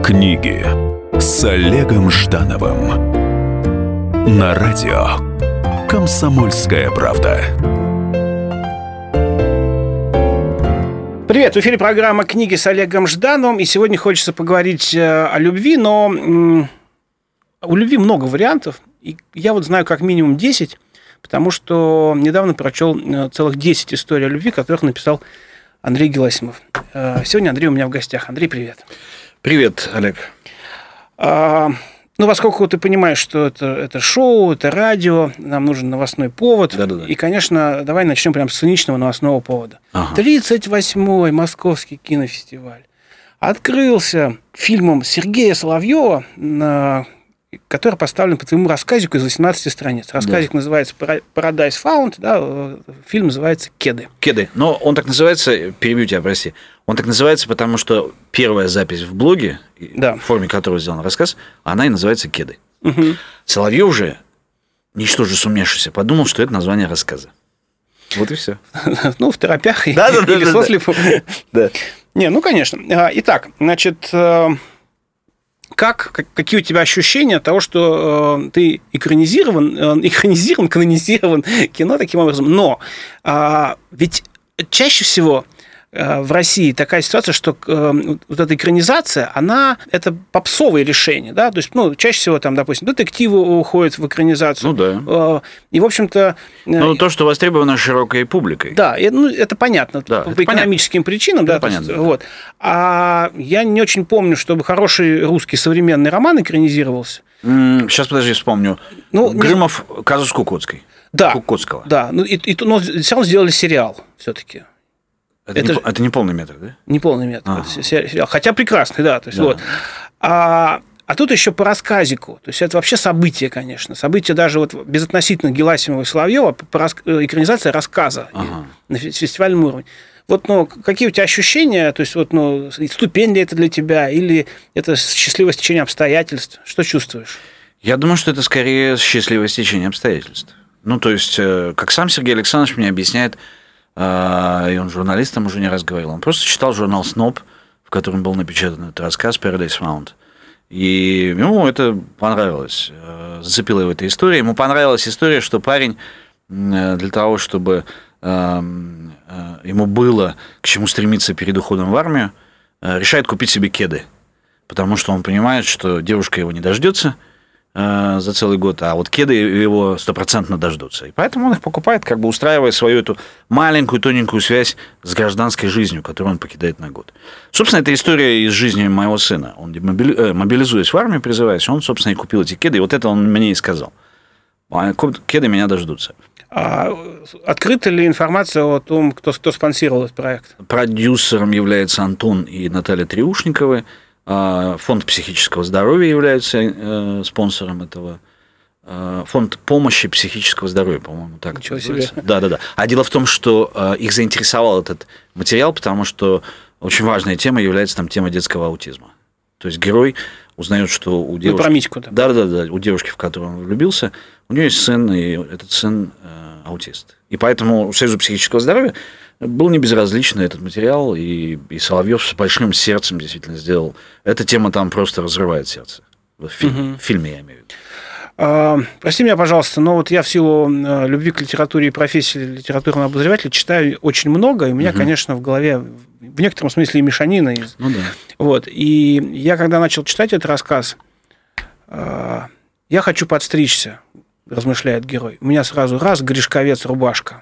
Книги с Олегом Ждановым на радио «Комсомольская правда». Привет, в эфире программа «Книги с Олегом Ждановым». И сегодня хочется поговорить о любви, но у любви много вариантов. И я вот знаю как минимум 10, потому что недавно прочел целых 10 историй о любви, которых написал Андрей Геласимов. Сегодня Андрей у меня в гостях. Андрей, привет. Привет, Олег. Поскольку ты понимаешь, что это шоу, это радио, нам нужен новостной повод. Да-да-да. И, конечно, давай начнем прямо с циничного новостного повода. 38-й Московский кинофестиваль открылся фильмом Сергея Соловьева, который поставлен по твоему рассказику из 18 страниц. Рассказик называется «Paradise Found», да, фильм называется «Кеды». «Кеды». Но он так называется, перебью тебя, прости, он так называется, потому что первая запись в блоге, в форме которого сделан рассказ, она и называется «Кеды». Угу. Соловьев же, ничтоже сумевшийся, подумал, что это название рассказа. Вот и все. В торопях или сослепу. Да. Конечно. Итак, значит... Какие у тебя ощущения от того, что ты канонизирован кино таким образом? Но ведь чаще всего в России такая ситуация, что вот эта экранизация, это попсовые решения, да, то есть, чаще всего там, допустим, детективы уходят в экранизацию. Да. И, в общем-то... то, что востребовано широкой публикой. Да, это понятно, по экономическим причинам, да. Понятно. Вот. А я не очень помню, чтобы хороший русский современный роман экранизировался. Сейчас, подожди, вспомню. Грымов, казус Кукоцкой. Да. Кукоцкого. Да, но все равно сделали сериал все-таки. Это не полный метр, да? Не полный метр. Сериал. Хотя прекрасный, да. То есть, вот. А тут еще по рассказику. То есть это вообще событие, конечно. Событие даже вот безотносительно Геласимова и Соловьева, экранизация рассказа на фестивальном уровне. Вот, какие у тебя ощущения? То есть, ступень ли это для тебя, или это счастливое стечение обстоятельств? Что чувствуешь? Я думаю, что это скорее счастливое стечение обстоятельств. То есть, как сам Сергей Александрович мне объясняет, и он журналистом уже не раз говорил, он просто читал журнал «Сноб», в котором был напечатан этот рассказ «Paradise Found». И ему это понравилось. Зацепила его эта история. Ему понравилась история, что парень для того, чтобы ему было к чему стремиться перед уходом в армию, решает купить себе кеды. Потому что он понимает, что девушка его не дождется за целый год, а вот кеды его 100% дождутся. И поэтому он их покупает, устраивая свою эту маленькую, тоненькую связь с гражданской жизнью, которую он покидает на год. Собственно, это история из жизни моего сына. Он, мобилизуясь в армию, призываясь, он, собственно, и купил эти кеды, и вот это он мне и сказал. Кеды меня дождутся. А открыта ли информация о том, кто спонсировал этот проект? Продюсером являются Антон и Наталья Триушниковы. Фонд психического здоровья является спонсором этого. Фонд помощи психического здоровья, по-моему, так Ничего называется. себе. Да. А дело в том, что их заинтересовал этот материал, потому что очень важная тема является там тема детского аутизма. То есть герой узнает, что у девушки... про Митьку. Да, у девушки, в которую он влюбился, у нее есть сын, и этот сын аутист. И поэтому Союзу психического здоровья был не безразличен этот материал, и Соловьев с большим сердцем действительно сделал. Эта тема там просто разрывает сердце. В фильме я имею в виду. Прости меня, пожалуйста, но вот я в силу любви к литературе и профессии литературного обозревателя читаю очень много, и у меня, конечно, в голове в некотором смысле и мешанина. Вот. И я, когда начал читать этот рассказ, я хочу подстричься, размышляет герой. У меня сразу Гришковец, рубашка.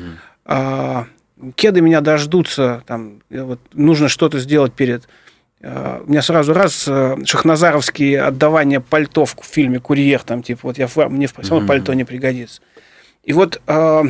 Кеды меня дождутся, нужно что-то сделать перед... У меня сразу шахназаровские отдавания пальто в фильме «Курьер», мне все равно пальто не пригодится. И вот,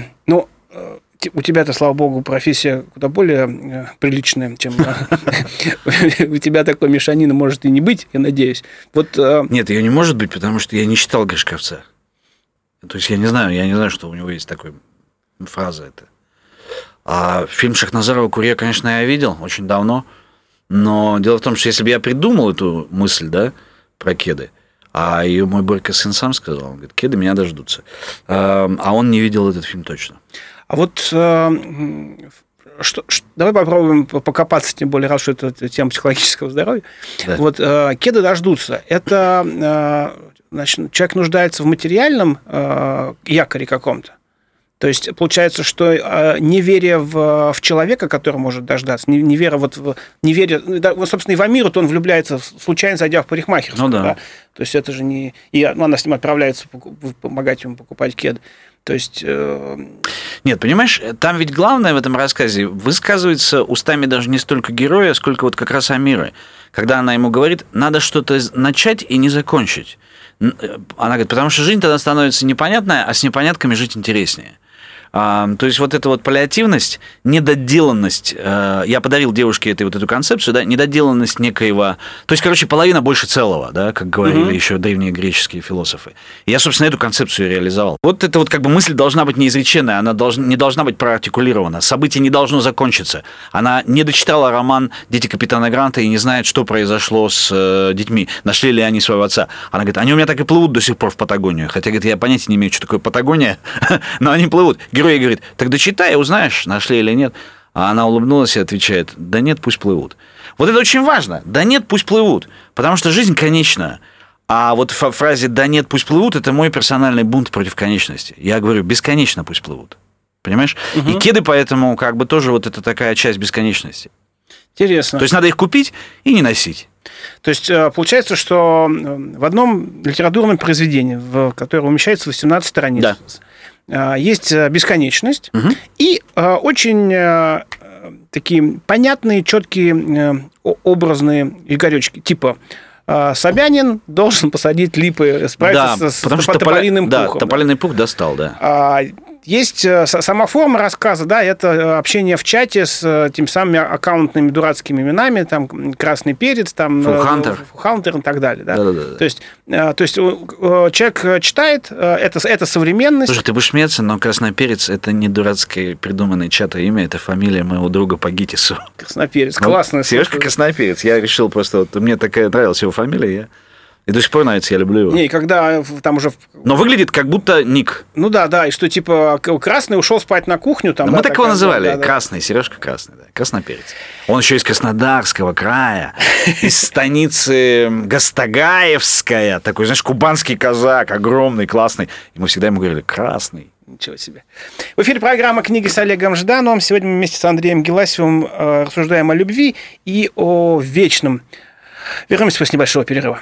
у тебя-то, слава богу, профессия куда более приличная, чем у тебя такой мешанины может и не быть, я надеюсь. Нет, ее не может быть, потому что я не читал Гришковца. То есть я не знаю, что у него есть такая фраза эта. А фильм Шахназарова «Курьер», конечно, я видел очень давно, но дело в том, что если бы я придумал эту мысль, про кеды, а ее мой Борька сын сам сказал, он говорит, кеды меня дождутся. А он не видел этот фильм точно. А вот давай попробуем покопаться, тем более, раз что это тема психологического здоровья. Да. Вот кеды дождутся. Это, значит, человек нуждается в материальном якоре каком-то. То есть получается, что неверие в человека, который может дождаться, неверие, собственно, и в Амиру, то он влюбляется, случайно зайдя в парикмахерскую. Да? То есть это же не... И она с ним отправляется помогать ему покупать кеды. То есть... Нет, понимаешь, там ведь главное в этом рассказе высказывается устами даже не столько героя, сколько вот как раз Амиры. Когда она ему говорит, надо что-то начать и не закончить. Она говорит, потому что жизнь тогда становится непонятная, а с непонятками жить интереснее. То есть вот эта вот паллиативность, недоделанность, я подарил девушке эту концепцию, да, недоделанность некоего, то есть, короче, половина больше целого, да, как говорили еще древние греческие философы. И я, собственно, эту концепцию реализовал. Вот эта вот как бы мысль должна быть неизреченная, она не должна быть проартикулирована, событие не должно закончиться. Она не дочитала роман «Дети капитана Гранта» и не знает, что произошло с детьми, нашли ли они своего отца. Она говорит, они у меня так и плывут до сих пор в Патагонию, хотя, говорит, я понятия не имею, что такое Патагония, но они плывут. Герой говорит, так дочитай, узнаешь, нашли или нет. А она улыбнулась и отвечает, да нет, пусть плывут. Вот это очень важно. Да нет, пусть плывут. Потому что жизнь конечна. А вот в фразе «да нет, пусть плывут» это мой персональный бунт против конечности. Я говорю, бесконечно пусть плывут. Понимаешь? Угу. И кеды поэтому как бы тоже вот это такая часть бесконечности. Интересно. То есть надо их купить и не носить. То есть получается, что в одном литературном произведении, в которое умещается 18 страниц, да, есть бесконечность и очень такие понятные, четкие, образные игоречки, типа Собянин должен посадить липы, справиться с тополиным пухом. Да, тополиный пух достал, да. Есть сама форма рассказа, да, это общение в чате с теми самыми аккаунтными дурацкими именами, там красный перец, там Фулхантер и так далее, да. То есть человек читает, это современность. Слушай, ты будешь смеяться, но красный перец это не дурацкое придуманное чата имя, это фамилия моего друга по ГИТИСу. Красноперец, классное слово. Сережка Красноперец. Я решил просто, вот мне такая нравилась его фамилия, и до сих пор нравится, я люблю его. Не, когда там уже... Но выглядит как будто ник. Ну да, и что типа Красный ушел спать на кухню. Там, мы так его называли, Красный, Сережка Красный, да, Красноперец. Он еще из Краснодарского края, из станицы Гастагаевская, такой, знаешь, кубанский казак, огромный, классный. И мы всегда ему говорили «Красный». Ничего себе. В эфире программа «Книги с Олегом Ждановым». Сегодня мы вместе с Андреем Геласевым рассуждаем о любви и о вечном. Вернемся после небольшого перерыва.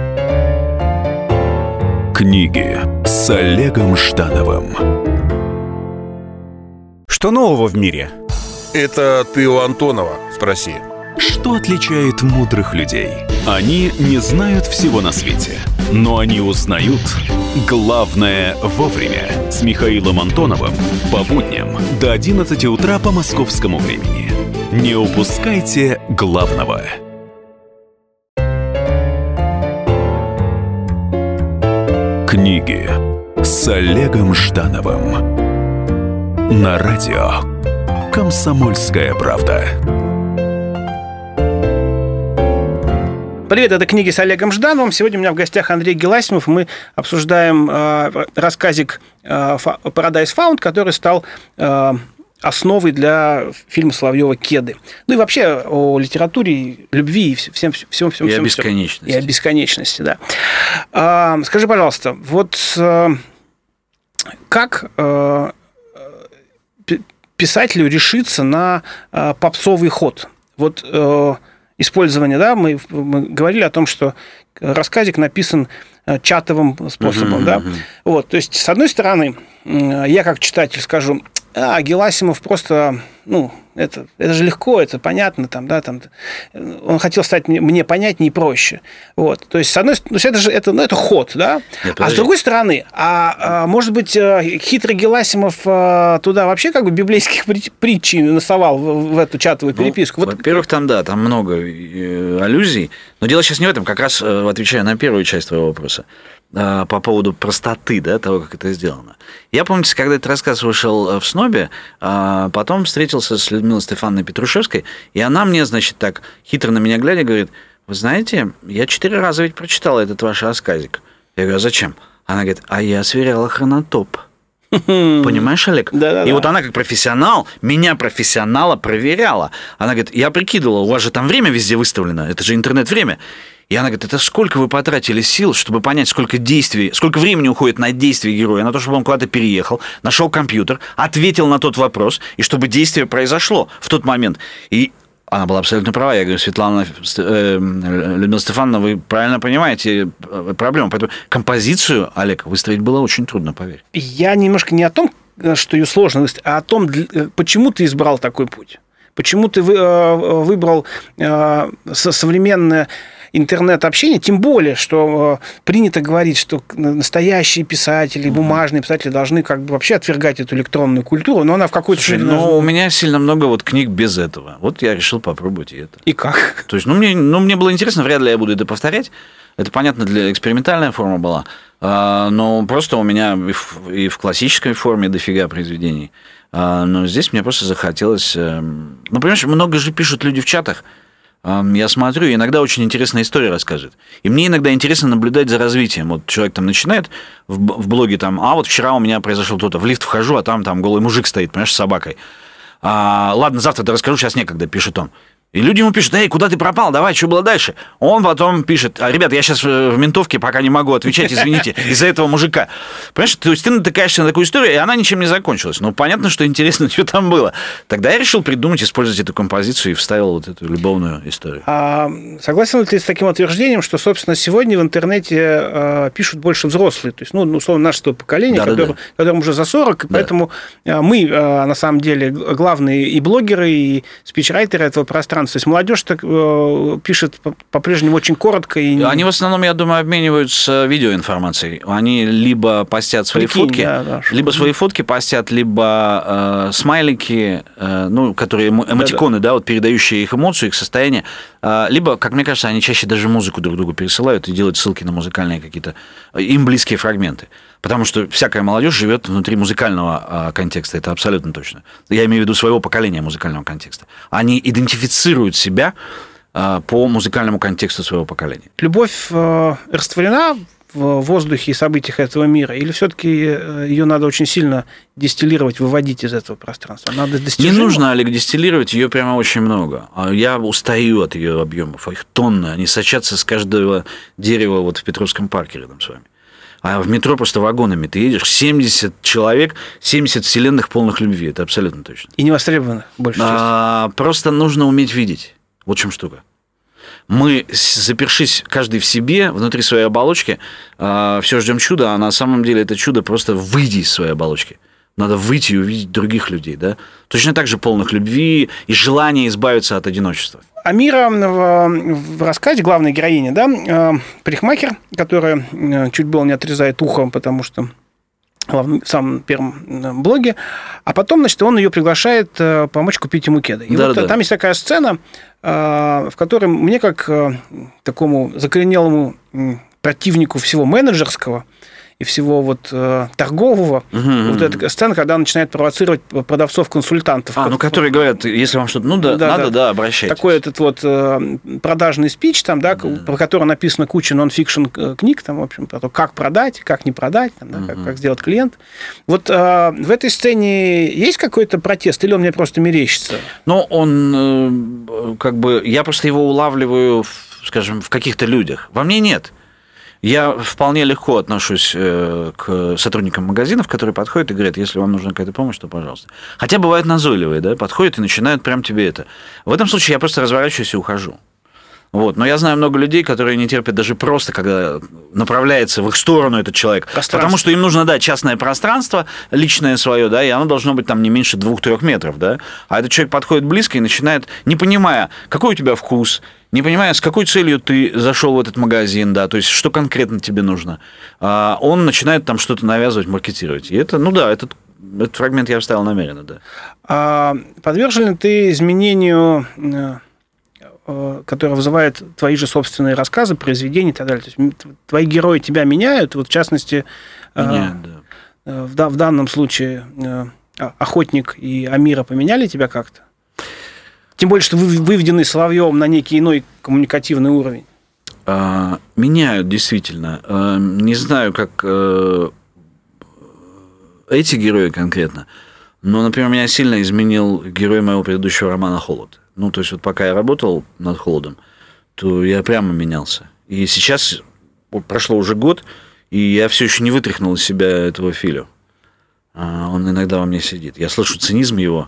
Книги с Олегом Ждановым. Что нового в мире? Это ты у Антонова спроси. Что отличает мудрых людей? Они не знают всего на свете, но они узнают главное вовремя. С Михаилом Антоновым по будням до 11 утра по московскому времени. Не упускайте главного. Книги с Олегом Ждановым на радио «Комсомольская правда». Привет, это «Книги с Олегом Ждановым». Сегодня у меня в гостях Андрей Геласимов. Мы обсуждаем рассказик «Paradise Found», который стал основой для фильма Соловьева «Кеды». Ну и вообще о литературе, любви и всем. И о бесконечности. И о бесконечности, да. Скажи, пожалуйста, вот как писателю решиться на попсовый ход? Вот использование, да, мы говорили о том, что рассказик написан чатовым способом, да. Вот, то есть, с одной стороны, я как читатель скажу, Геласимов просто, это же легко, это понятно, там, да, там, он хотел стать мне понятнее и проще. Вот. То есть, с одной стороны, это ход, да. Нет, а с другой стороны, может быть, хитрый Геласимов туда вообще как бы библейских притчей насовал в эту чатовую переписку? Вот. Во-первых, там много аллюзий, но дело сейчас не в этом, как раз отвечая на первую часть твоего вопроса. По поводу простоты, да, того, как это сделано. Я, помните, когда этот рассказ вышел в СНОБе, потом встретился с Людмилой Стефановной Петрушевской, и она мне, значит, так хитро на меня глядя говорит, вы знаете, я 4 раза ведь прочитала этот ваш рассказик. Я говорю, а зачем? Она говорит, а я сверяла хронотоп. Понимаешь, Олег? Да-да-да. И вот она как профессионал, меня профессионала проверяла. Она говорит, я прикидывала, у вас же там время везде выставлено, это же интернет-время. И она говорит, это сколько вы потратили сил, чтобы понять, сколько действий, сколько времени уходит на действие героя, на то, чтобы он куда-то переехал, нашел компьютер, ответил на тот вопрос, и чтобы действие произошло в тот момент. И она была абсолютно права. Я говорю, Светлана, Людмила Стефановна, вы правильно понимаете проблему. Поэтому композицию, Олег, выстроить было очень трудно, поверь. Я немножко не о том, что ее сложно выстроить, а о том, почему ты избрал такой путь. Почему ты выбрал современное интернет-общение, тем более, что принято говорить, что настоящие писатели, бумажные писатели должны как бы вообще отвергать эту электронную культуру, но она в какой-то... Слушай, у меня сильно много вот книг без этого. Вот я решил попробовать и это. И как? То есть, мне было интересно, вряд ли я буду это повторять. Это, понятно, для экспериментальная форма была. Но просто у меня и в классической форме дофига произведений. Но здесь мне просто захотелось... понимаешь, много же пишут люди в чатах. Я смотрю, иногда очень интересная история рассказывает. И мне иногда интересно наблюдать за развитием. Вот человек там начинает в блоге, вот вчера у меня произошло то-то, в лифт вхожу, а там голый мужик стоит, понимаешь, с собакой. Ладно, завтра расскажу, сейчас некогда, пишет он. И люди ему пишут, эй, куда ты пропал, давай, что было дальше? Он потом пишет, ребят, я сейчас в ментовке, пока не могу отвечать, извините, из-за этого мужика. Понимаешь, то есть ты натыкаешься на такую историю, и она ничем не закончилась. Но понятно, что интересно, что там было. Тогда я решил придумать, использовать эту композицию и вставил вот эту любовную историю. Согласен ли ты с таким утверждением, что, собственно, сегодня в интернете пишут больше взрослые? То есть, условно, наше поколение, которым уже за 40, и поэтому мы, на самом деле, главные и блогеры, и спичрайтеры этого пространства. То есть молодежь так пишет по-прежнему очень коротко. Они в основном, я думаю, обмениваются видеоинформацией. Они либо постят свои фотки, либо свои фотки постят, либо смайлики, которые эмотиконы, передающие их эмоцию, их состояние. Либо, как мне кажется, они чаще даже музыку друг другу пересылают и делают ссылки на музыкальные какие-то им близкие фрагменты. Потому что всякая молодежь живет внутри музыкального контекста, это абсолютно точно. Я имею в виду своего поколения музыкального контекста. Они идентифицируют себя по музыкальному контексту своего поколения. Любовь растворена в воздухе и событиях этого мира, или все-таки ее надо очень сильно дистиллировать, выводить из этого пространства? Надо Не нужно, Олег, дистиллировать, ее прямо очень много. Я устаю от ее объемов, их тонны, они сочатся с каждого дерева вот в Петровском парке рядом с вами. А в метро просто вагонами ты едешь, 70 человек, 70 вселенных полных любви, это абсолютно точно. И невостребованных больше часто. Просто нужно уметь видеть. Вот в чем штука. Мы, запершись каждый в себе, внутри своей оболочки, все ждем чуда, а на самом деле это чудо просто выйди из своей оболочки. Надо выйти и увидеть других людей. Да? Точно так же полных любви и желания избавиться от одиночества. Амира в рассказе, главной героини, парикмахер, которая чуть было не отрезает ухо, потому что в самом первом блоге, а потом, значит, он ее приглашает помочь купить ему кеды. И там есть такая сцена, в которой мне, как такому закоренелому противнику всего менеджерского и всего торгового, вот эта сцена, когда он начинает провоцировать продавцов-консультантов. Которые говорят, если вам что-то надо, обращайтесь. Такой этот продажный спич, про который написано куча нон-фикшн книг, в общем, про то, как продать, как не продать, как сделать клиент. Вот в этой сцене есть какой-то протест, или он мне просто мерещится? Я просто его улавливаю, скажем, в каких-то людях. Во мне нет. Я вполне легко отношусь к сотрудникам магазинов, которые подходят и говорят, если вам нужна какая-то помощь, то пожалуйста. Хотя бывают назойливые, подходят и начинают прям тебе это. В этом случае я просто разворачиваюсь и ухожу. Но я знаю много людей, которые не терпят даже просто, когда направляется в их сторону этот человек. Потому что им нужно, частное пространство, личное свое, и оно должно быть там не меньше 2-3 метров. А этот человек подходит близко и начинает, не понимая, какой у тебя вкус, не понимая, с какой целью ты зашел в этот магазин, то есть что конкретно тебе нужно, он начинает там что-то навязывать, маркетировать. И это, этот фрагмент я вставил намеренно, Подвержен ли ты изменению, которое вызывает твои же собственные рассказы, произведения и так далее? То есть твои герои тебя меняют, в частности, меняют, в данном случае Охотник и Амира поменяли тебя как-то? Тем более, что вы выведены Соловьевым на некий иной коммуникативный уровень. Меняют, действительно. Не знаю, как эти герои конкретно. Но, например, меня сильно изменил герой моего предыдущего романа «Холод». Ну, то есть, вот пока я работал над «Холодом», то я прямо менялся. И сейчас прошло уже год, и я все еще не вытряхнул из себя этого Филю. Он иногда во мне сидит. Я слышу цинизм его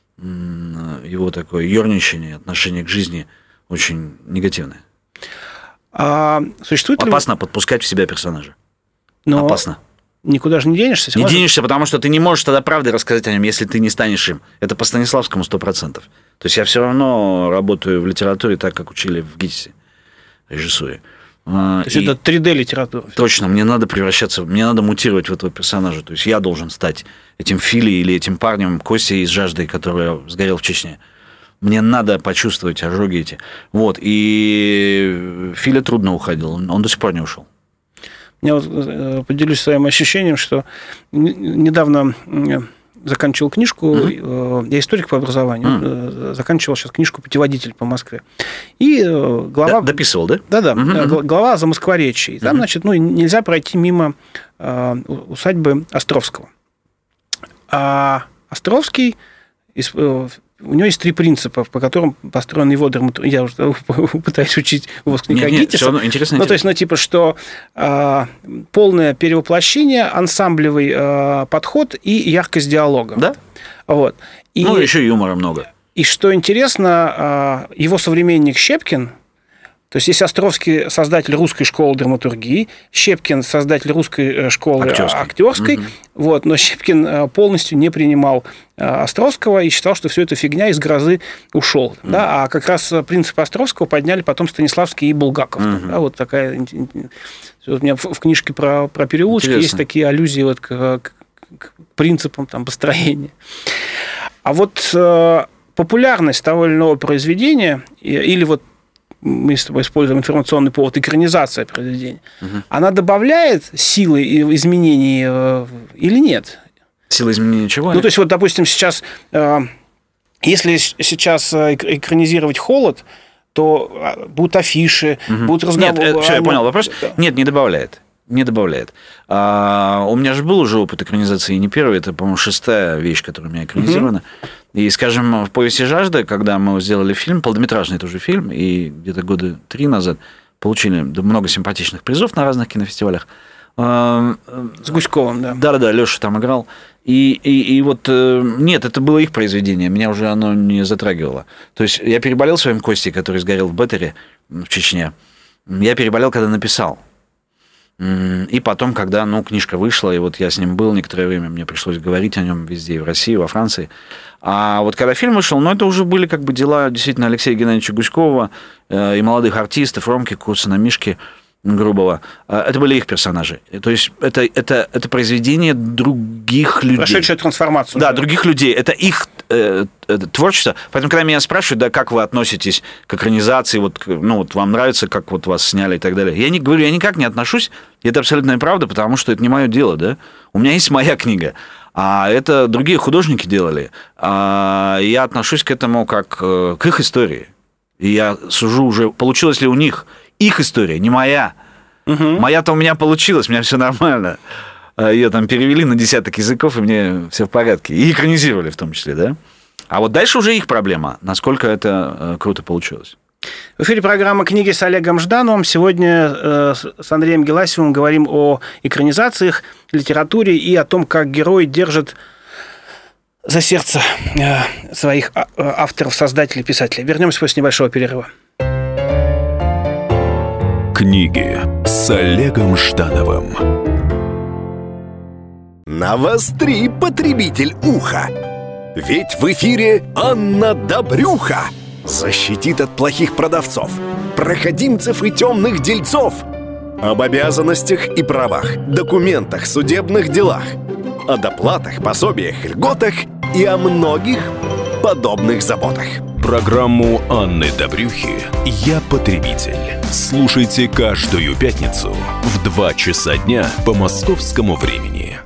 такое ерничание, отношение к жизни очень негативное. Существует Опасно подпускать в себя персонажа. Но опасно. Никуда же не денешься. Не денешься, потому что ты не можешь тогда правды рассказать о нем, если ты не станешь им. Это по Станиславскому 100%. То есть я все равно работаю в литературе так, как учили в ГИТИСе, режиссуре. То есть это 3D-литература. Точно, мне надо превращаться, мне надо мутировать в этого персонажа. То есть я должен стать этим Фили или этим парнем Костей из «Жажды», который сгорел в Чечне. Мне надо почувствовать ожоги эти. Вот. И Филя трудно уходил, он до сих пор не ушел. Я вот поделюсь своим ощущением, что недавно заканчивал книжку, я историк по образованию, заканчивал сейчас книжку «Путеводитель по Москве». И глава... Дописывал, да? Да-да, глава о Замоскворечье. И там, значит, нельзя пройти мимо усадьбы Островского. А Островский... У него есть 3 принципа, по которым построена его драматургия. Я уже пытаюсь учить выпускника ГИТИСа. Интересно. То есть, типа, что полное перевоплощение, ансамблевый подход и яркость диалога. Да? Вот. Еще юмора много. И что интересно, его современник Щепкин, то есть, если Островский создатель русской школы драматургии, Щепкин создатель русской школы актерской, вот, но Щепкин полностью не принимал Островского и считал, что все это фигня, из «Грозы» ушел. Да? А как раз принцип Островского подняли потом Станиславский и Булгаков. Да? Вот такая... Вот у меня в книжке про переулочки есть такие аллюзии вот к принципам там, построения. А вот популярность того или иного произведения или вот мы с тобой используем информационный повод, экранизация произведения, она добавляет силы и изменений или нет? Силы изменения чего? Ну, то есть, вот, допустим, сейчас, если сейчас экранизировать «Холод», то будут афиши, будут разговоры. Нет, все, я понял вопрос. Нет, не добавляет. Не добавляет. У меня же был уже опыт экранизации, не первый, это, по-моему, 6-я вещь, которая у меня экранизирована. И, скажем, в «Повести жажды», когда мы сделали фильм, полнометражный тоже фильм, и где-то года 3 назад получили много симпатичных призов на разных кинофестивалях. С Гуськовым, да. Да-да-да, Лёша там играл. И вот, нет, это было их произведение, меня уже оно не затрагивало. То есть я переболел своим Костей, который сгорел в Беттере, в Чечне. Я переболел, когда написал. И потом, когда книжка вышла, и вот я с ним был некоторое время, мне пришлось говорить о нем везде, и в России, и во Франции. А вот когда фильм вышел, это уже были как бы дела действительно Алексея Геннадьевича Гуськова и молодых артистов, Ромки Курцина, Мишки Грубого. Это были их персонажи. То есть это произведение других людей. Прошедшая трансформацию. Да, других людей. Это их творчество. Поэтому, когда меня спрашивают, да, как вы относитесь к экранизации, вот вам нравится, как вот вас сняли и так далее. Я не говорю, я никак не отношусь. И это абсолютная правда, потому что это не мое дело, да. У меня есть моя книга. А это другие художники делали. А я отношусь к этому как к их истории. И я сужу уже, получилось ли у них их история, не моя. Моя-то у меня получилась, у меня все нормально. Ее там перевели на десяток языков, и мне все в порядке. И экранизировали в том числе, да? А вот дальше уже их проблема, насколько это круто получилось. В эфире программа «Книги» с Олегом Ждановым. Сегодня с Андреем Геласиевым говорим о экранизациях, литературе и о том, как герои держат за сердце своих авторов, создателей, писателей. Вернемся после небольшого перерыва. Книги с Олегом Ждановым. Навостри, потребитель уха. Ведь в эфире Анна Добрюха защитит от плохих продавцов, проходимцев и темных дельцов. Об обязанностях и правах, документах, судебных делах, о доплатах, пособиях, льготах и о многих подобных заботах. Программу Анны Добрюхи «Я потребитель». Слушайте каждую пятницу в 2 часа дня по московскому времени.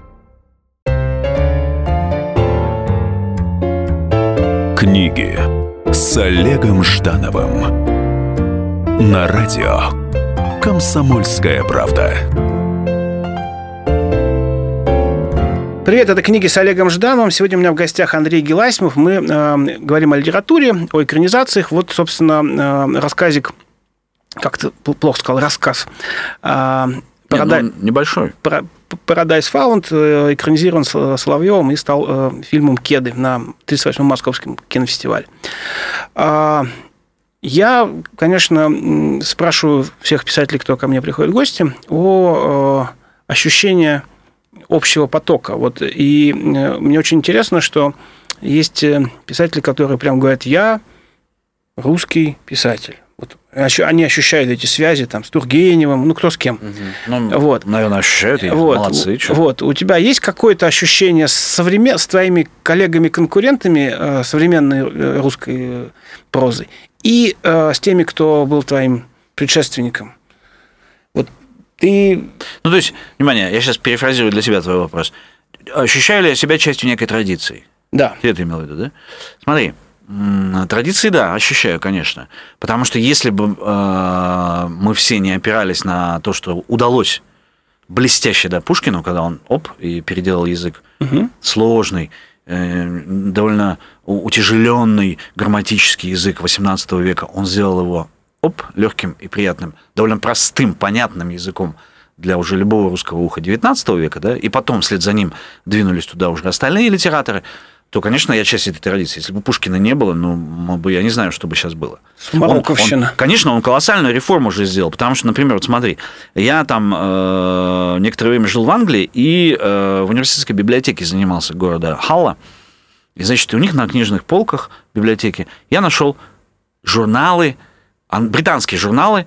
Книги с Олегом Ждановым. На радио «Комсомольская правда». Привет, это «Книги с Олегом Ждановым». Сегодня у меня в гостях Андрей Геласимов. Мы говорим о литературе, о экранизациях. Вот, собственно, рассказик, как-то плохо сказал, рассказ. Небольшой. Paradise Found экранизирован Соловьевым и стал фильмом «Кеды» на 38-м Московском кинофестивале. Я, конечно, спрашиваю всех писателей, кто ко мне приходит в гости, о ощущении общего потока. Вот. И мне очень интересно, что есть писатели, которые прям говорят: я русский писатель. Вот. Они ощущают эти связи там, с Тургеневым, ну, кто с кем. Вот. Наверное, ощущают, и молодцы. Вот. У тебя есть какое-то ощущение с твоими коллегами-конкурентами современной русской прозы и с теми, кто был твоим предшественником? Вот ты... Ну, то есть, внимание, я сейчас перефразирую для себя твой вопрос. Ощущаю ли я себя частью некой традиции? Да. Ты это имел в виду, да? Смотри, традиции, да, ощущаю, конечно. Потому что если бы мы все не опирались на то, что удалось блестяще, да, Пушкину, когда он, и переделал язык, сложный, довольно утяжеленный грамматический язык XVIII века, он сделал его, легким и приятным, довольно простым, понятным языком для уже любого русского уха XIX века, да, и потом вслед за ним двинулись туда уже остальные литераторы, то, конечно, я часть этой традиции. Если бы Пушкина не было, я не знаю, что бы сейчас было. Сумароковщина. Конечно, он колоссальную реформу уже сделал, потому что, например, вот смотри, я там некоторое время жил в Англии и в университетской библиотеке занимался города Халла, и, значит, у них на книжных полках библиотеки я нашел журналы, британские журналы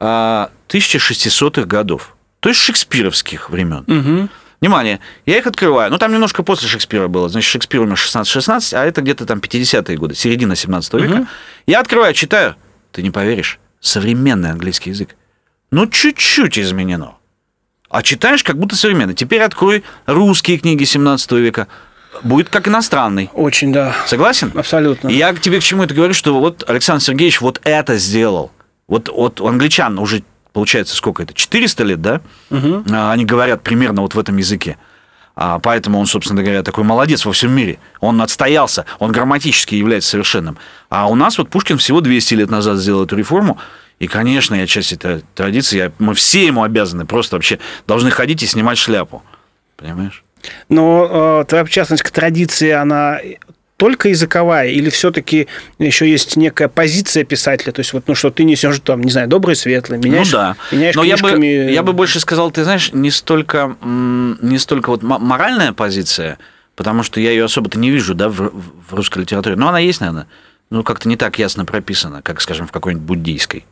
1600-х годов, то есть шекспировских времен. Внимание, я их открываю. Там немножко после Шекспира было. Значит, Шекспир умер 16-16, а это где-то там 50-е годы, середина 17 века. Я открываю, читаю. Ты не поверишь, современный английский язык. Чуть-чуть изменено. А читаешь, как будто современный. Теперь открой русские книги 17 века. Будет как иностранный. Очень, да. Согласен? Абсолютно. И я тебе к чему это говорю, что вот Александр Сергеевич вот это сделал. Вот у англичан уже... Получается, сколько это? 400 лет, да? Они говорят примерно вот в этом языке. Поэтому он, собственно говоря, такой молодец во всем мире. Он отстоялся, он грамматически является совершенным. А у нас вот Пушкин всего 200 лет назад сделал эту реформу. И, конечно, я часть этой традиции, мы все ему обязаны, просто вообще должны ходить и снимать шляпу. Понимаешь? Но твоя причастность к традиции, она... только языковая, или все-таки еще есть некая позиция писателя, то есть вот, что ты несешь там, не знаю, добрый, светлый, меняешь книжками... Я бы больше сказал, ты знаешь, не столько вот моральная позиция, потому что я ее особо-то не вижу, да, в русской литературе, но она есть, наверное, как-то не так ясно прописана, как, скажем, в какой-нибудь буддийской.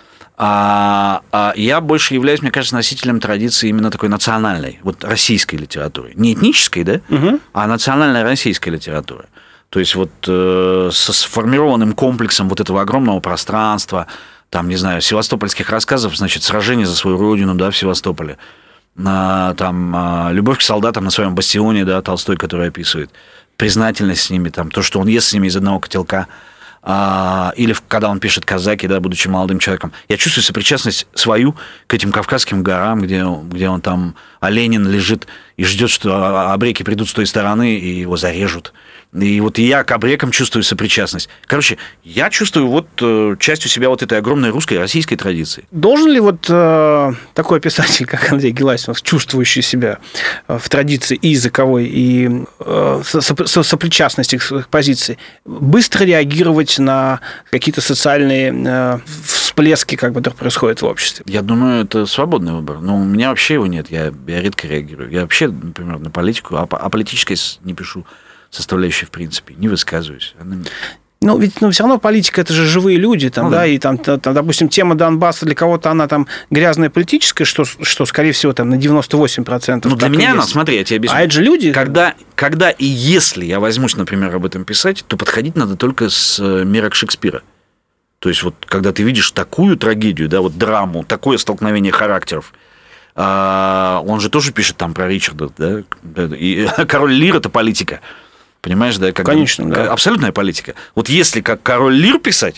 Я больше являюсь, мне кажется, носителем традиции именно такой национальной, вот российской литературы. Не этнической, да, а национальной российской литературы. То есть вот со сформированным комплексом вот этого огромного пространства, там, не знаю, севастопольских рассказов, значит, сражение за свою родину, да, в Севастополе, там, любовь к солдатам на своем бастионе, да, Толстой, который описывает, признательность с ними, там, то, что он ест с ними из одного котелка, или когда он пишет «Казаки», да, будучи молодым человеком. Я чувствую сопричастность свою к этим Кавказским горам, где он там, Ленин лежит и ждет, что абреки придут с той стороны и его зарежут. И вот я к абрекам чувствую сопричастность. Короче, я чувствую вот частью себя вот этой огромной русской, российской традиции. Должен ли вот такой писатель, как Андрей Геласимов, чувствующий себя в традиции и языковой, и сопричастности к своих позициям, быстро реагировать на какие-то социальные всплески, которые происходят в обществе? Я думаю, это свободный выбор. Но у меня вообще его нет. Я редко реагирую. Я вообще, например, на политику, о политической не пишу составляющей, в принципе, не высказываюсь. Ведь все равно политика – это же живые люди, там, да, и там, допустим, тема Донбасса для кого-то она там грязная политическая, что скорее всего, там на 98%. Для меня она, смотри, я тебе объясню. А это же люди. Когда и если я возьмусь, например, об этом писать, то подходить надо только с мерок Шекспира. То есть, вот когда ты видишь такую трагедию, да, вот драму, такое столкновение характеров, он же тоже пишет там про Ричарда, да, и «Король Лир» – это политика. Понимаешь, да? Конечно, да. Абсолютная политика. Вот если как король Лир писать,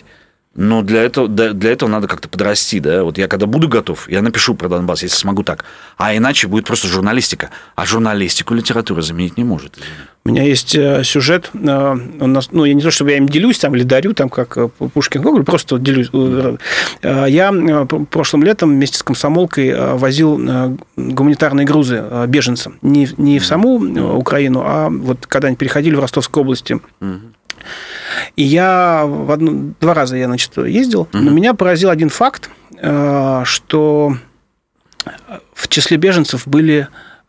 Но для этого надо как-то подрасти, да. Вот я когда буду готов, я напишу про Донбасс, если смогу так. А иначе будет просто журналистика. А журналистику литература заменить не может. У меня есть сюжет, я не то чтобы я им делюсь там, или дарю, там, как Пушкин Гоголь, просто делюсь. Я прошлым летом вместе с комсомолкой возил гуманитарные грузы беженцам. Не в саму Украину, а вот когда они переходили в Ростовской области. И я 2 раза я, ездил, но меня поразил один факт, что в числе беженцев были,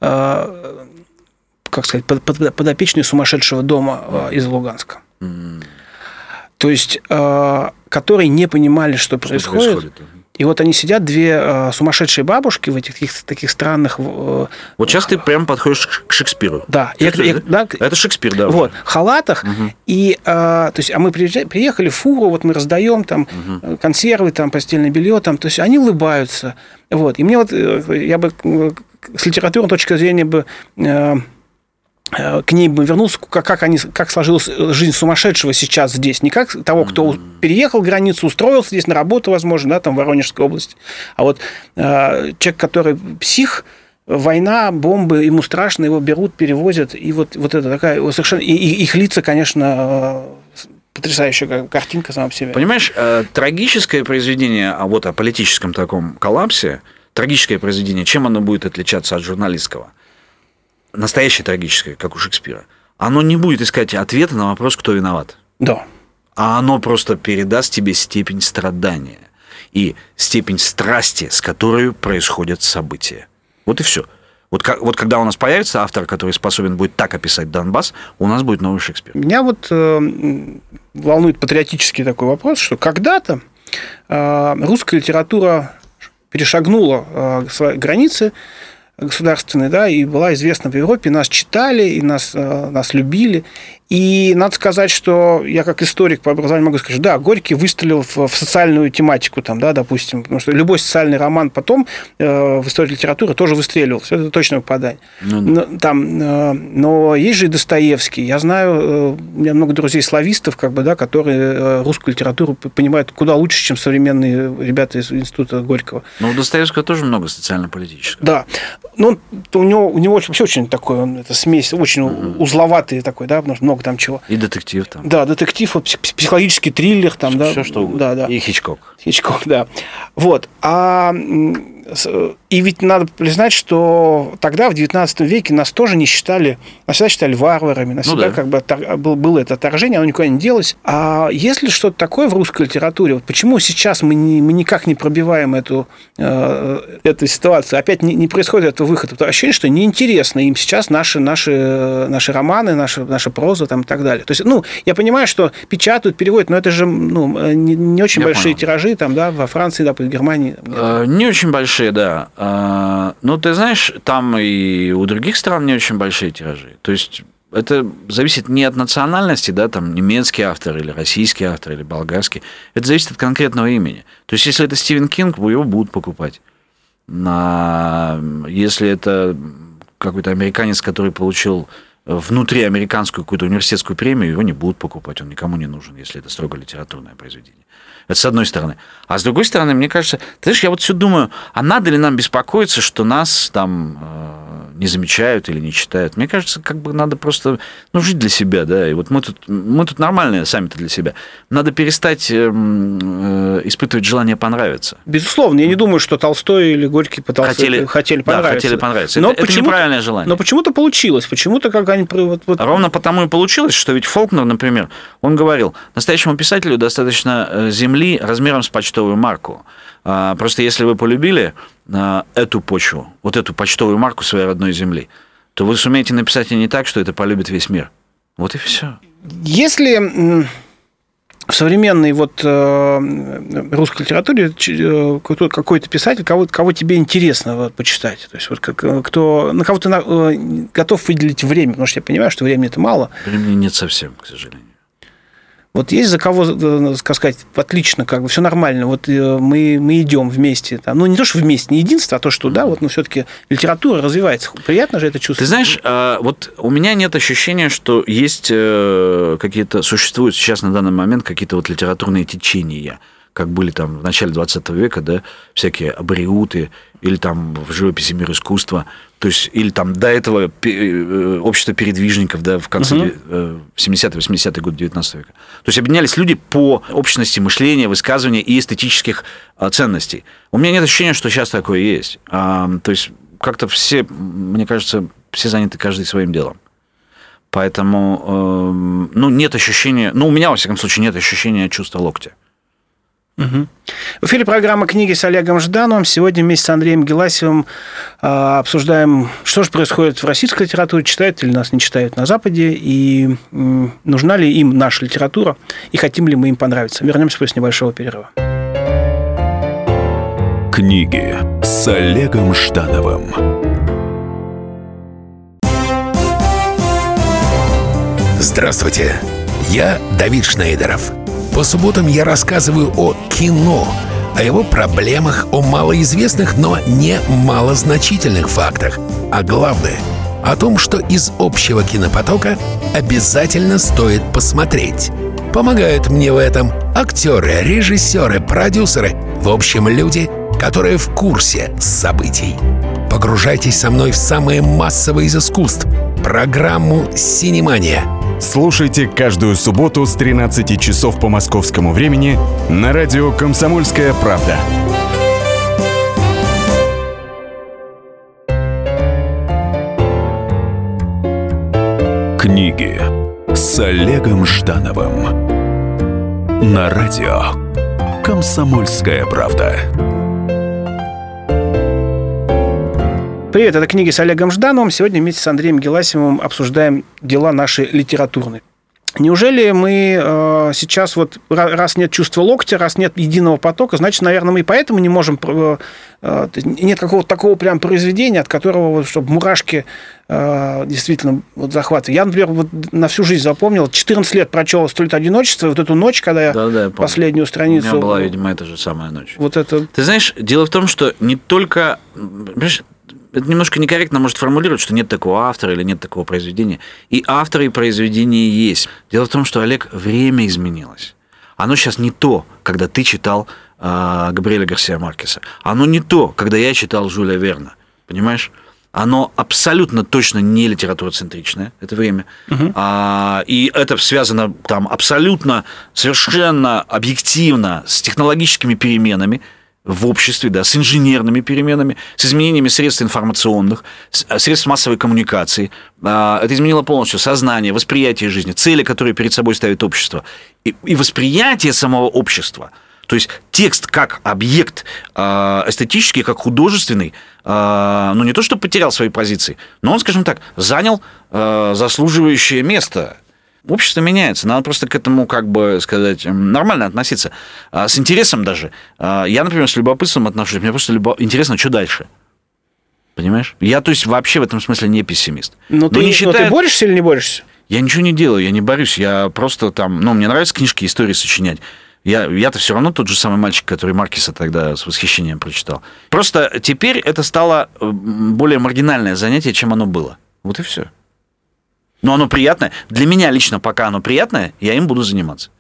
как сказать, подопечные сумасшедшего дома из Луганска. То есть, которые не понимали, что происходит. И вот они сидят, 2 сумасшедшие бабушки в этих таких странных... Вот сейчас ты прям подходишь к Шекспиру. Да. Это Шекспир, да. Вот, в халатах. И, то есть, мы приехали в фуру, вот мы раздаем там консервы, там постельное белье, там, то есть, они улыбаются. Вот. И мне вот, я бы с литературной точки зрения бы... к ней бы вернулся, как сложилась жизнь сумасшедшего сейчас здесь. Не как того, кто переехал границу, устроился здесь на работу, возможно, да, там в Воронежской области. А вот человек, который псих, война, бомбы, ему страшно, его берут, перевозят. И вот это такая совершенно... И их лица, конечно, потрясающая картинка сама по себе. Понимаешь, трагическое произведение, о политическом таком коллапсе, трагическое произведение, чем оно будет отличаться от журналистского? Настоящее трагическое, как у Шекспира, оно не будет искать ответа на вопрос, кто виноват. Да. А оно просто передаст тебе степень страдания и степень страсти, с которой происходят события. Вот и все. Вот когда у нас появится автор, который способен будет так описать Донбасс, у нас будет новый Шекспир. Меня волнует патриотический такой вопрос, что когда-то русская литература перешагнула свои границы государственной, да, и была известна в Европе, нас читали, и нас любили. И надо сказать, что я как историк по образованию могу сказать, да, Горький выстрелил в социальную тематику, там, да, допустим, потому что любой социальный роман потом в истории литературы тоже выстреливал. Все это точное попадание. Но есть же и Достоевский. Я знаю, у меня много друзей-славистов, которые русскую литературу понимают куда лучше, чем современные ребята из Института Горького. Но у Достоевского тоже много социально-политического. Да. Ну, у него вообще очень такой, это смесь, очень узловатый такой, да, потому что много там чего. И детектив там. Да, детектив, психологический триллер там, да. Все что угодно. Да. И Хичкок, да. Вот. И ведь надо признать, что тогда, в XIX веке, нас тоже не считали, нас всегда считали варварами, нас всегда было это отторжение, оно никуда не делось. А есть ли что-то такое в русской литературе? Вот почему сейчас мы никак не пробиваем эту ситуацию? Опять не происходит этого выхода. Потому ощущение, что неинтересно им сейчас наши романы, наша проза там, и так далее. То есть, я понимаю, что печатают, переводят, но это же не очень большие тиражи там, да, во Франции, да, в Германии. Не очень большие, да. Но ты знаешь, там и у других стран не очень большие тиражи. То есть это зависит не от национальности, да, там немецкий автор или российский автор или болгарский. Это зависит от конкретного имени. То есть если это Стивен Кинг, его будут покупать. Если это какой-то американец, который получил внутриамериканскую какую-то университетскую премию, его не будут покупать, он никому не нужен, если это строго литературное произведение. Это с одной стороны. А с другой стороны, мне кажется, ты знаешь, я вот все думаю, а надо ли нам беспокоиться, что нас там не замечают или не читают? Мне кажется, надо просто жить для себя, да, и вот мы тут нормальные сами-то для себя. Надо перестать испытывать желание понравиться. Безусловно, я не думаю, что Толстой или Горький хотели понравиться. Да, хотели понравиться. Но это неправильное желание. Но почему-то получилось, почему-то как они... Ровно потому и получилось, что ведь Фолкнер, например, он говорил, настоящему писателю достаточно земли размером с почтовую марку. Просто если вы полюбили эту почву, вот эту почтовую марку своей родной земли, то вы сумеете написать не так, что это полюбит весь мир. Вот и все. Если в современной русской литературе какой-то писатель, кого тебе интересно почитать, то есть на кого ты готов выделить время, потому что я понимаю, что времени-то мало. Времени нет совсем, к сожалению. Вот есть за кого, так сказать, отлично, как бы все нормально. Вот мы идем вместе. Там, ну, не то, что вместе, не единство, а то, что, да, вот, но все-таки литература развивается. Приятно же это чувствовать. Ты знаешь, вот у меня нет ощущения, что есть какие-то, существуют сейчас на данный момент какие-то вот литературные течения, как были там в начале 20 века, да, всякие абориуты, или там в живописи мир искусства, то есть, или там до этого общество передвижников, да, в конце 70-80-е годы 19 века. То есть, объединялись люди по общности мышления, высказывания и эстетических ценностей. У меня нет ощущения, что сейчас такое есть. То есть, как-то все, мне кажется, все заняты каждый своим делом. Поэтому, ну, нет ощущения, ну, у меня, во всяком случае, нет ощущения чувства локтя. Угу. В эфире программа «Книги» с Олегом Ждановым. Сегодня вместе с Андреем Геласиевым обсуждаем, что же происходит в российской литературе, читают или нас не читают на Западе, и нужна ли им наша литература, и хотим ли мы им понравиться. Вернемся после небольшого перерыва. «Книги» с Олегом Ждановым. Здравствуйте, я Давид Шнейдеров. По субботам я рассказываю о кино, о его проблемах, о малоизвестных, но не малозначительных фактах. А главное, о том, что из общего кинопотока обязательно стоит посмотреть. Помогают мне в этом актеры, режиссеры, продюсеры, в общем, люди, которые в курсе событий. Погружайтесь со мной в самое массовое из искусств — программу «Синемания». Слушайте каждую субботу с 13 часов по московскому времени на радио «Комсомольская правда». «Книги» с Олегом Ждановым на радио «Комсомольская правда». Привет, это «Книги» с Олегом Ждановым. Сегодня вместе с Андреем Геласиевым обсуждаем дела наши литературные. Неужели мы сейчас, вот раз нет чувства локтя, раз нет единого потока, значит, наверное, мы и поэтому не можем... Нет какого-то такого прям произведения, от которого, вот, чтобы мурашки действительно вот захватывали. Я, например, вот на всю жизнь запомнил, 14 лет прочел «100 лет одиночества», вот эту ночь, когда я последнюю страницу... У меня была, видимо, эта же самая ночь. Вот это... Ты знаешь, дело в том, что не только... Понимаешь, это немножко некорректно может формулировать, что нет такого автора или нет такого произведения. И авторы, и произведения есть. Дело в том, что, Олег, время изменилось. Оно сейчас не то, когда ты читал Габриэля Гарсиа Маркеса. Оно не то, когда я читал Жюля Верна. Понимаешь? Оно абсолютно точно не литературоцентричное, это время. И это связано там абсолютно, совершенно объективно с технологическими переменами в обществе, да, с инженерными переменами, с изменениями средств информационных, средств массовой коммуникации. Это изменило полностью сознание, восприятие жизни, цели, которые перед собой ставит общество, и восприятие самого общества. То есть текст как объект эстетический, как художественный, ну не то что потерял свои позиции, но он, скажем так, занял заслуживающее место. Общество меняется, надо просто к этому, как бы сказать, нормально относиться. С интересом даже. Я, например, с любопытством отношусь, мне просто интересно, что дальше. Понимаешь? Я, то есть, вообще в этом смысле не пессимист. Но ты борешься или не борешься? Я ничего не делаю, я не борюсь, я просто там... Ну, мне нравятся книжки, истории сочинять. Я-то все равно тот же самый мальчик, который Маркеса тогда с восхищением прочитал. Просто теперь это стало более маргинальное занятие, чем оно было. Вот и все. Но оно приятное. Для меня лично, пока оно приятное, я им буду заниматься.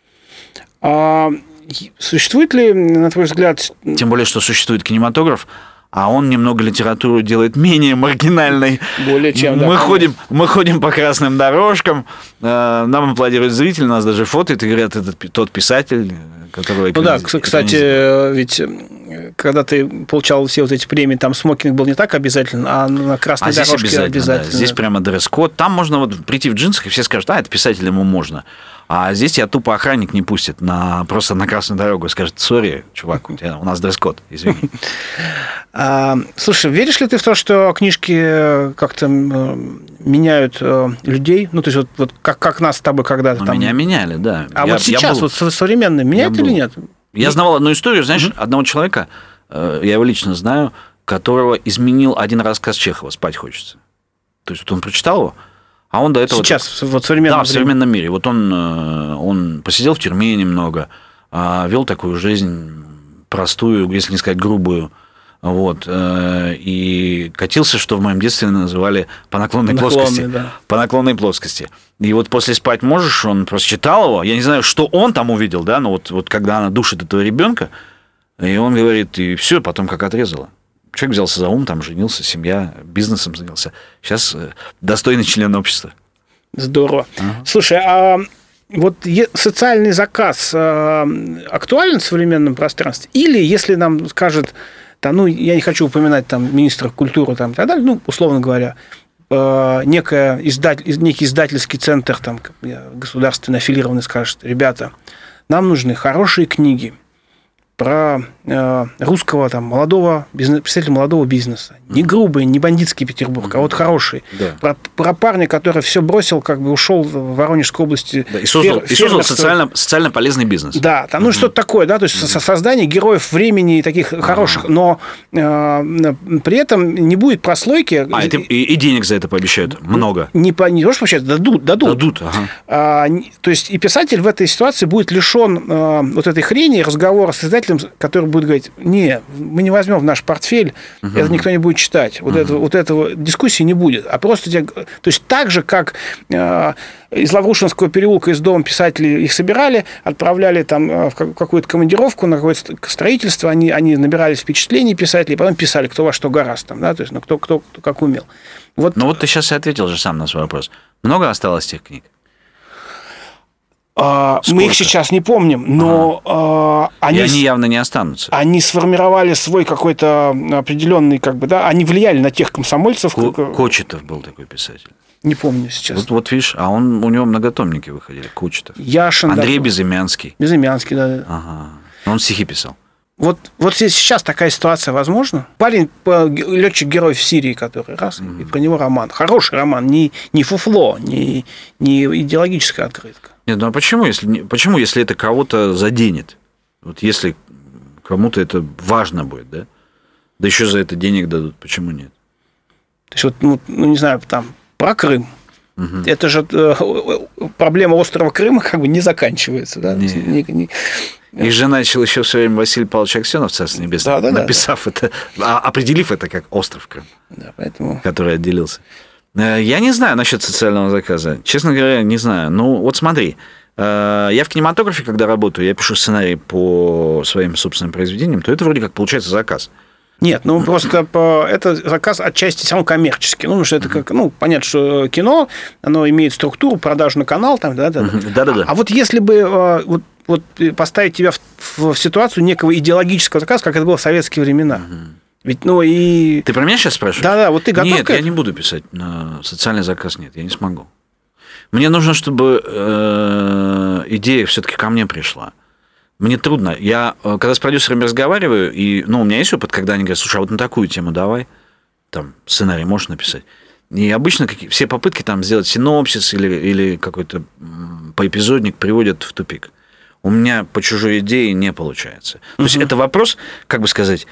Существует ли, на твой взгляд... Тем более, что существует кинематограф, а он немного литературу делает менее маргинальной. Более чем, да. Мы ходим по красным дорожкам, нам аплодируют зрители, нас даже фотоют и говорят, это тот писатель, которого... Ну да, кстати, ведь когда ты получал все вот эти премии, там смокинг был не так обязательно, а на красной дорожке обязательно. Да. Здесь прямо дресс-код. Там можно вот прийти в джинсах, и все скажут, это писатель, ему можно. А здесь тебя тупо охранник не пустит просто на красную дорогу и скажет, сори, чувак, у нас дресс-код, извини. Слушай, веришь ли ты в то, что книжки как-то меняют людей? Ну, то есть, вот как нас с тобой когда-то там... Меня меняли, да. Вот сейчас, вот современные, меняют или нет? Я знал одну историю, знаешь, одного человека, я его лично знаю, которого изменил один рассказ Чехова «Спать хочется». То есть, вот он прочитал его, А он до этого... Сейчас, вот в современном в современном мире. Вот он посидел в тюрьме немного, вел такую жизнь простую, если не сказать грубую, вот, и катился, что в моем детстве называли по наклонной плоскости. Да. По наклонной плоскости. И вот после «Спать можешь», он просто читал его, я не знаю, что он там увидел, да, но вот когда она душит этого ребенка, и он говорит, и все, потом как отрезало. Человек взялся за ум, там женился, семья, бизнесом занялся. Сейчас достойный член общества. Здорово. Слушай, а вот социальный заказ актуален в современном пространстве? Или если нам скажет, там, ну, я не хочу упоминать там министра культуры там, и так далее, ну, условно говоря, некий издательский центр там, государственно аффилированный скажет, ребята, нам нужны хорошие книги про русского там, представителя молодого бизнеса. Не грубый, не бандитский Петербург, а вот хороший. Да. Про парня, который все бросил, как бы ушел в Воронежской области. Да, и создал социально полезный бизнес. Да, там, ну что-то такое, да, то есть создание героев времени таких хороших, но при этом не будет прослойки. И денег за это пообещают много. Не то, что пообещают, дадут. Дадут, ага. То есть и писатель в этой ситуации будет лишен вот этой хрени, разговора с издателем, который будет говорить, не, мы не возьмем в наш портфель, это никто не будет читать, вот этого дискуссии не будет, а просто то есть так же, как из Лаврушинского переулка, из дома писателей их собирали, отправляли там в какую-то командировку на какое-то строительство, они набирались впечатлений писателей, потом писали, кто во что гораст, там, да, то есть, ну, кто как умел. Вот. Ну, вот ты сейчас и ответил же сам на свой вопрос. Много осталось тех книг? Мы их сейчас не помним, но они явно не останутся. Они сформировали свой какой-то определенный, как бы, да, они влияли на тех комсомольцев. Кочетов был такой писатель. Не помню сейчас. Вот видишь, у него многотомники выходили, Кочетов. Яшин. Андрей Безымянский. Безымянский, да. Ага. Он стихи писал. Вот сейчас такая ситуация возможна? Парень, летчик-герой в Сирии, который и про него роман. Хороший роман, не фуфло, не идеологическая открытка. Нет, ну а почему, если это кого-то заденет? Вот если кому-то это важно будет, да? Да еще за это денег дадут, почему нет? То есть, вот, ну не знаю, там, про Крым. Это же проблема острова Крыма как бы не заканчивается, да? И же начал еще в свое время Василий Павлович Аксенов, Царство Небесное, написав это, определив это как остров Крым, который отделился. Я не знаю насчет социального заказа. Честно говоря, не знаю. Ну, вот смотри, я в кинематографе, когда работаю, я пишу сценарий по своим собственным произведениям, то это вроде как получается заказ. Нет, ну просто это заказ отчасти все равно коммерческий. Ну, потому что это как, ну, понятно, что кино, оно имеет структуру, продажу на канал, там, да. А вот если бы вот поставить тебя в ситуацию некого идеологического заказа, как это было в советские времена. Ведь, ну, и... Ты про меня сейчас спрашиваешь? Да, вот ты готов? Нет, я не буду писать на социальный заказ, нет, я не смогу. Мне нужно, чтобы идея все-таки ко мне пришла. Мне трудно. Я, когда с продюсерами разговариваю, и, ну, у меня есть опыт, когда они говорят, слушай, а вот на такую тему давай, там, сценарий можешь написать. И обычно все попытки там сделать синопсис или какой-то поэпизодник приводят в тупик. У меня по чужой идее не получается. То есть это вопрос, как бы сказать,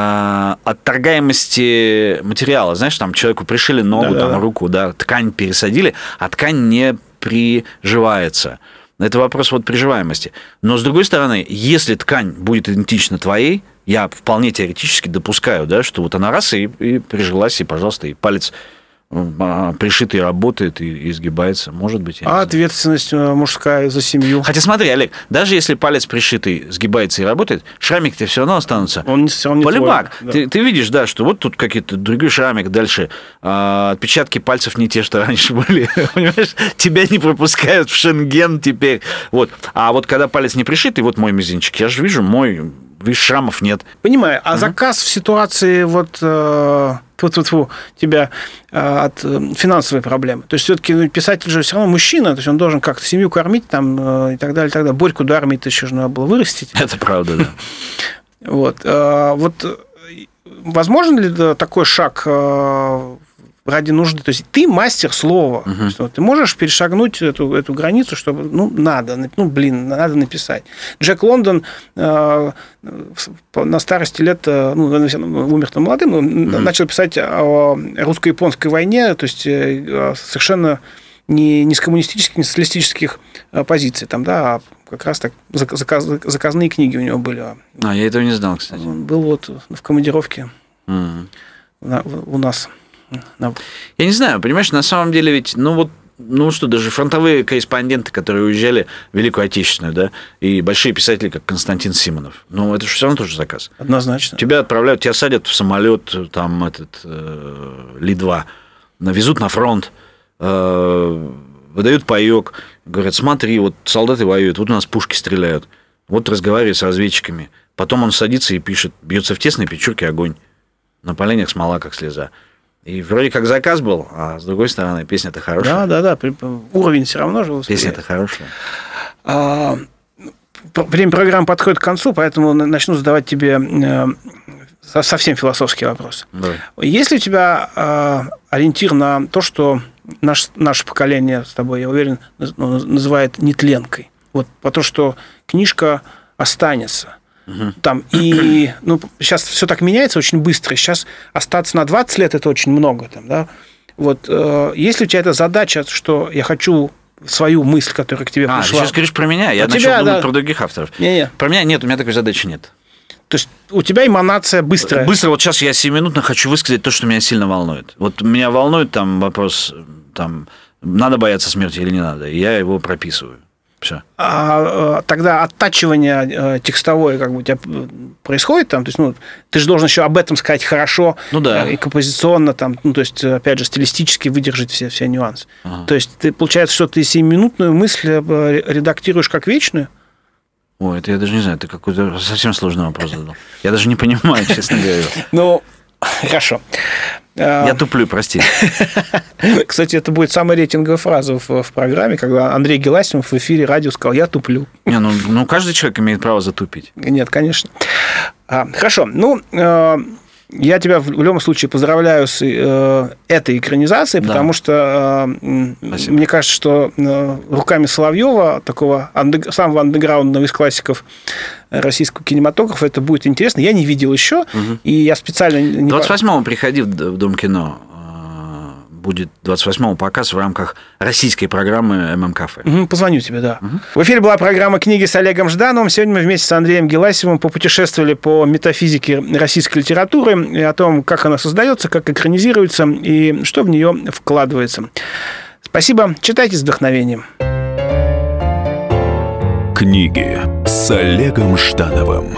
отторгаемости материала. Знаешь, там человеку пришили ногу, руку, да, ткань пересадили, а ткань не приживается. Это вопрос вот приживаемости. Но, с другой стороны, если ткань будет идентична твоей, я вполне теоретически допускаю, да, что вот она раз и прижилась, и, пожалуйста, и палец пришитый работает и изгибается, может быть. Ответственность мужская за семью. Хотя смотри, Олег, даже если палец пришитый сгибается и работает, шрамики-то все равно останутся. Он все равно не Полибак. Да. Ты видишь, да, что вот тут какие-то другой шрамик, дальше отпечатки пальцев не те, что раньше были. Понимаешь? Тебя не пропускают в Шенген теперь. Вот. А вот когда палец не пришитый, вот мой мизинчик, я же вижу, видишь, шрамов нет. Понимаю. А заказ в ситуации вот... тебя от финансовой проблемы. То есть, все-таки писатель же все равно мужчина, то есть он должен как-то семью кормить там, и так далее, и так далее. Борьку до армии-то еще же надо было вырастить. Это правда, да. Вот. Возможен ли такой шаг ради нужды? То есть, ты мастер слова. Ты можешь перешагнуть эту границу, чтобы, надо написать. Джек Лондон на старости лет, умер-то молодым, начал писать о русско-японской войне, то есть, совершенно не с коммунистических, не с социалистических позиций, там, да, а как раз так заказные книги у него были. Я этого не знал, кстати. Он был вот в командировке у нас. Я не знаю, понимаешь, на самом деле ведь, даже фронтовые корреспонденты, которые уезжали в Великую Отечественную, да, и большие писатели, как Константин Симонов, это же все равно тоже заказ. Однозначно. Тебя отправляют, тебя садят в самолет, там, Ли-2, везут на фронт, выдают паёк, говорят, смотри, вот солдаты воюют, вот у нас пушки стреляют, вот разговаривает с разведчиками. Потом он садится и пишет, бьется в тесной печурке огонь, на поленях смола, как слеза. И вроде как заказ был, а с другой стороны, песня-то хорошая. Да. Уровень все равно же восприятия. Песня-то хорошая. Время программы подходит к концу, поэтому начну задавать тебе совсем философские вопросы. Давай. Есть ли у тебя ориентир на то, что наше поколение с тобой, я уверен, называет нетленкой? Вот по то, что книжка останется. Там, и сейчас все так меняется очень быстро. Сейчас остаться на 20 лет – это очень много. Там, да? Вот, если у тебя эта задача, что я хочу свою мысль, которая к тебе пришла… Ты сейчас говоришь про меня? Я начал думать про других авторов. Не. Про меня нет, у меня такой задачи нет. То есть у тебя эманация быстрая? Быстро, вот сейчас я 7-минутно хочу высказать то, что меня сильно волнует. Вот меня волнует там вопрос, надо бояться смерти или не надо, и я его прописываю. Все. Тогда оттачивание текстовое как бы у тебя происходит там, то есть, ты же должен еще об этом сказать хорошо, и композиционно, там, то есть, опять же, стилистически выдержать все нюансы. То есть, получается, что ты 7-минутную мысль редактируешь как вечную? Ой, это я даже не знаю, ты какой-то совсем сложный вопрос задал. Я даже не понимаю, честно говоря. Хорошо. Я туплю, прости. Кстати, это будет самая рейтинговая фраза в программе, когда Андрей Геласимов в эфире радио сказал «я туплю». Каждый человек имеет право затупить. Нет, конечно. Хорошо. Я тебя в любом случае поздравляю с этой экранизацией, потому что мне кажется, что руками Соловьева, такого самого андеграундного из классиков российского кинематографа, это будет интересно. Я не видел еще, и я специально… 28-го приходи в Дом кино. Будет 28-го показ в рамках российской программы ММКафе. Позвоню тебе, да. В эфире была программа «Книги» с Олегом Ждановым. Сегодня мы вместе с Андреем Геласимовым попутешествовали по метафизике российской литературы и о том, как она создается, как экранизируется и что в нее вкладывается. Спасибо. Читайте с вдохновением. «Книги» с Олегом Ждановым.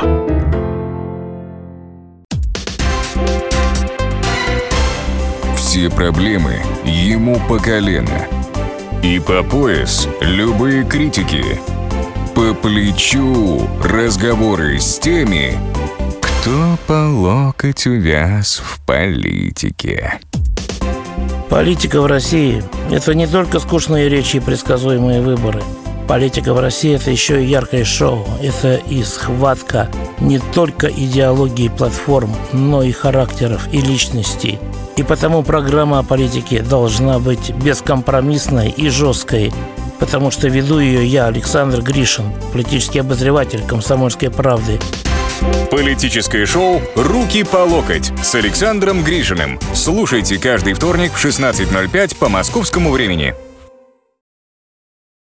Все проблемы ему по колено. И по пояс любые критики. По плечу разговоры с теми, кто по локоть увяз в политике. Политика в России – это не только скучные речи и предсказуемые выборы. Политика в России – это еще и яркое шоу. Это и схватка не только идеологии платформ, но и характеров и личностей. И потому программа о политике должна быть бескомпромиссной и жесткой, потому что веду ее я, Александр Гришин, политический обозреватель «Комсомольской правды». Политическое шоу «Руки по локоть» с Александром Гришиным. Слушайте каждый вторник в 16:05 по московскому времени.